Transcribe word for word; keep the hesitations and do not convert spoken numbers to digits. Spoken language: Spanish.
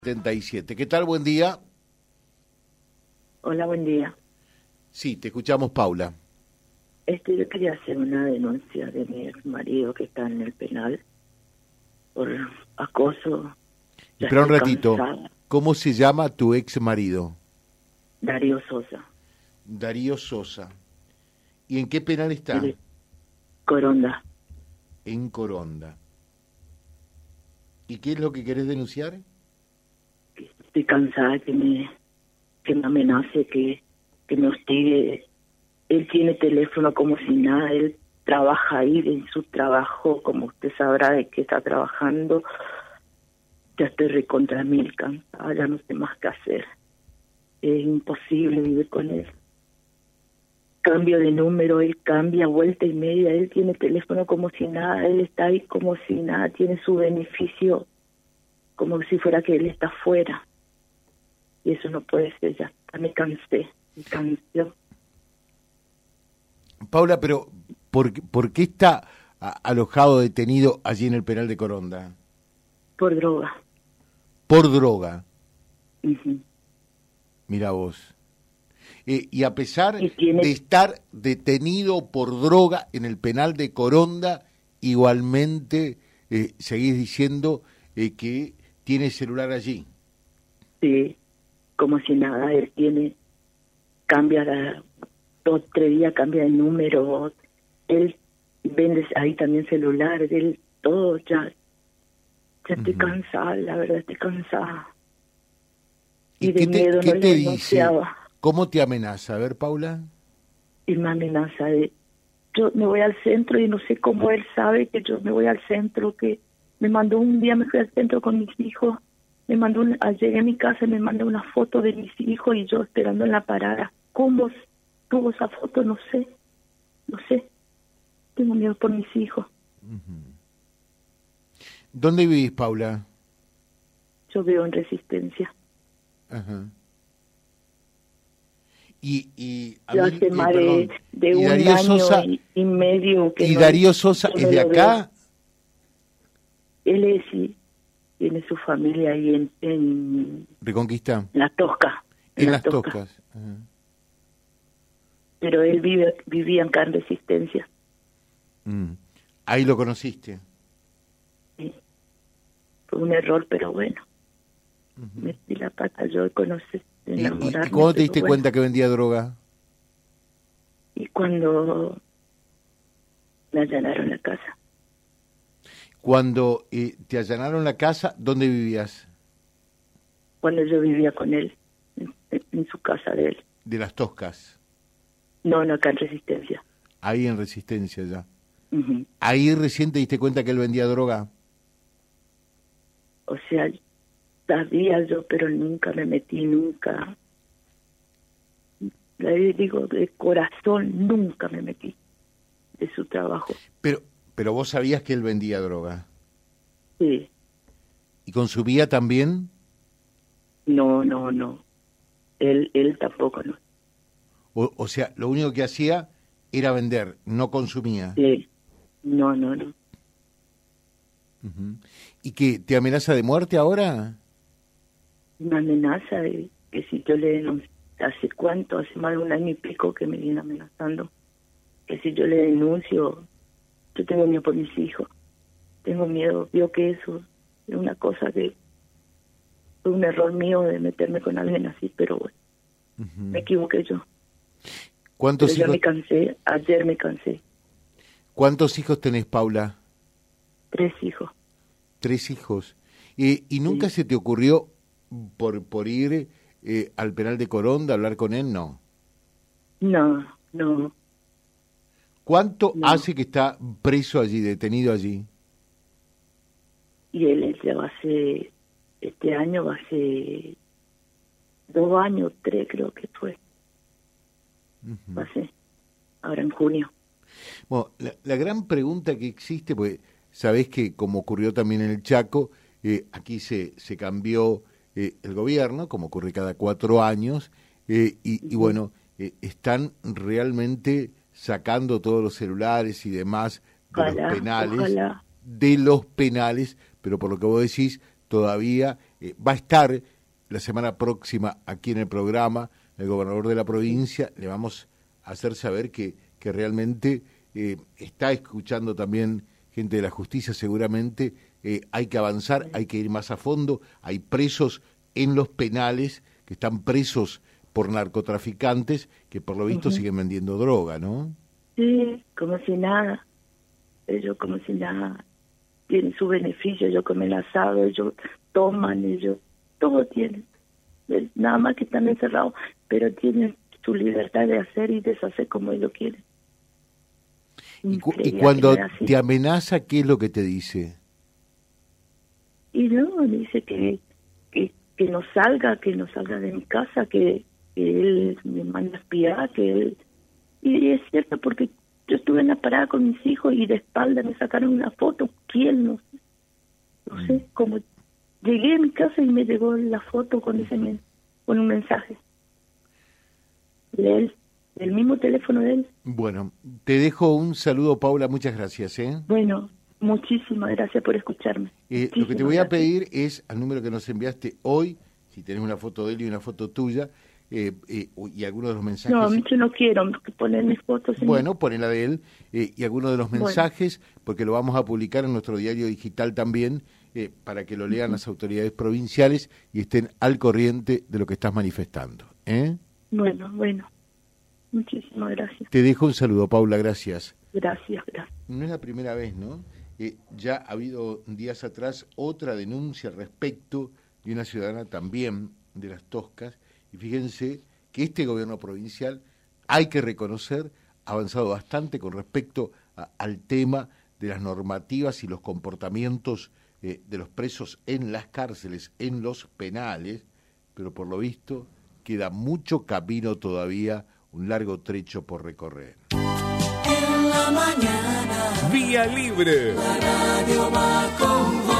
setenta y siete. ¿Qué tal? Buen día. Hola, buen día. Sí, te escuchamos, Paula. Este, yo quería hacer una denuncia de mi ex marido que está en el penal por acoso. Ya Espera un estoy ratito. cansada. ¿Cómo se llama tu ex marido? Darío Sosa, Darío Sosa. ¿Y en qué penal está? de Coronda. En Coronda. ¿Y qué es lo que querés denunciar? Estoy cansada que me que me amenace, que, que me hostigue. Él tiene teléfono como si nada, él trabaja ahí en su trabajo, como usted sabrá de qué está trabajando. Ya estoy recontra mil cansada, ya no sé más qué hacer. Es imposible vivir con él. Cambio de número, él cambia vuelta y media, él tiene teléfono como si nada, él está ahí como si nada, tiene su beneficio como si fuera que él está fuera. Y eso no puede ser, ya me cansé, me cansé. Paula, pero ¿por, ¿por qué está a, alojado, detenido allí en el penal de Coronda? Por droga. Por droga. Uh-huh. Mira vos. Eh, y a pesar y tiene... de estar detenido por droga en el penal de Coronda, igualmente eh, seguís diciendo eh, que tiene celular allí. Sí, como si nada, él tiene, cambia la, dos, tres días, cambia de número, él vende ahí también celular, él todo, ya, ya estoy uh-huh. cansada, la verdad estoy cansada. ¿Y, ¿Y de qué miedo te, ¿qué no te dice? ¿Cómo te amenaza? A ver, Paula. Y me amenaza de, yo me voy al centro y no sé cómo él sabe que yo me voy al centro, que me mandó un día, me fui al centro con mis hijos, me mandó, un, al llegué a mi casa me mandó una foto de mis hijos y yo esperando en la parada. ¿Cómo tuvo esa foto? No sé, no sé. Tengo miedo por mis hijos. Uh-huh. ¿Dónde vivís, Paula? Yo vivo en Resistencia. Ajá. Uh-huh. Y, y a yo mí, hace eh, más perdón, de, de y un Darío año Sosa, y, y medio que ¿Y no, Darío Sosa es de acá? Él es, sí, tiene su familia ahí en... en Reconquista. En Las Toscas. En, en Las Toscas. Toscas. Uh-huh. Pero él vive, vivía acá en Resistencia. Mm. Ahí lo conociste. Sí. Fue un error, pero bueno. Uh-huh. Metí la pata yo y conocí. ¿Y, y, ¿Y cuándo te diste bueno. cuenta que vendía droga? Y cuando me allanaron la casa. Cuando eh, te allanaron la casa, ¿dónde vivías? Cuando yo vivía con él, en, en su casa de él. ¿De Las Toscas? No, no, acá en Resistencia. Ahí en Resistencia ya. Uh-huh. ¿Ahí recién te diste cuenta que él vendía droga? O sea, sabía yo, pero nunca me metí, nunca. Le digo, de corazón, nunca me metí de su trabajo. Pero, pero vos sabías que él vendía droga. Sí. ¿Y consumía también? No, no, no. Él, él tampoco, no. O, o sea, lo único que hacía era vender, no consumía. Sí. No, no, no. Uh-huh. ¿Y qué, te amenaza de muerte ahora? Una amenaza de que si yo le denuncio, hace cuánto, hace más de un año y pico que me viene amenazando, que si yo le denuncio, yo tengo miedo por mis hijos, tengo miedo, veo que eso es una cosa que fue un error mío de meterme con alguien así, pero bueno, uh-huh. me equivoqué yo. ¿Cuántos pero hijos? Ya me cansé, ayer me cansé. ¿Cuántos hijos tenés, Paula? Tres hijos. Tres hijos. Eh, ¿Y nunca sí. se te ocurrió por, por ir eh, al penal de Coronda a hablar con él? No. No, no. ¿Cuánto no. hace que está preso allí, detenido allí? Y él ya va a ser, este año va a ser dos años, tres creo que fue. Uh-huh. Va a ser, ahora en junio. Bueno, la, la gran pregunta que existe, pues sabés que como ocurrió también en el Chaco, eh, aquí se, se cambió eh, el gobierno, como ocurre cada cuatro años, eh, y, uh-huh. y bueno, eh, están realmente sacando todos los celulares y demás de ojalá, los penales, ojalá. de los penales, pero por lo que vos decís, todavía eh, va a estar la semana próxima aquí en el programa el gobernador de la provincia. Le vamos a hacer saber que, que realmente eh, está escuchando también gente de la justicia. Seguramente eh, hay que avanzar, hay que ir más a fondo. Hay presos en los penales que están presos por narcotraficantes que por lo visto uh-huh. siguen vendiendo droga, ¿no? Sí, como si nada. Ellos como si nada. Tienen su beneficio, ellos comen asado, ellos toman, ellos todo tienen. Nada más que están encerrados, pero tienen su libertad de hacer y deshacer como ellos quieren. Y, cu- y cuando te amenaza, ¿qué es lo que te dice? Y no, dice que, que, que no salga, que no salga de mi casa, que, que él me manda a espiar, que él... Y es cierto, porque yo estuve en la parada con mis hijos y de espalda me sacaron una foto. ¿Quién? No sé. No sé, como llegué a mi casa y me llegó la foto con ese men- con un mensaje de él, del mismo teléfono de él. Bueno, te dejo un saludo, Paula, muchas gracias, ¿eh? Bueno, muchísimas gracias por escucharme. Eh, lo que te voy a pedir es al número que nos enviaste hoy, si tenés una foto de él y una foto tuya, eh, eh, y algunos de los mensajes... No, yo no quiero poner mis fotos. En bueno, poné la de él eh, y algunos de los mensajes, bueno. porque lo vamos a publicar en nuestro diario digital también, eh, para que lo lean uh-huh. las autoridades provinciales y estén al corriente de lo que estás manifestando. ¿eh? Bueno, bueno. Muchísimas gracias. Te dejo un saludo, Paula, gracias. Gracias, gracias. No es la primera vez, ¿no? Eh, ya ha habido días atrás otra denuncia respecto de una ciudadana también de Las Toscas, y fíjense que este gobierno provincial, hay que reconocer, ha avanzado bastante con respecto a, al tema de las normativas y los comportamientos eh, de los presos en las cárceles, en los penales, pero por lo visto queda mucho camino todavía, un largo trecho por recorrer. En la mañana, Vía Libre. La radio va con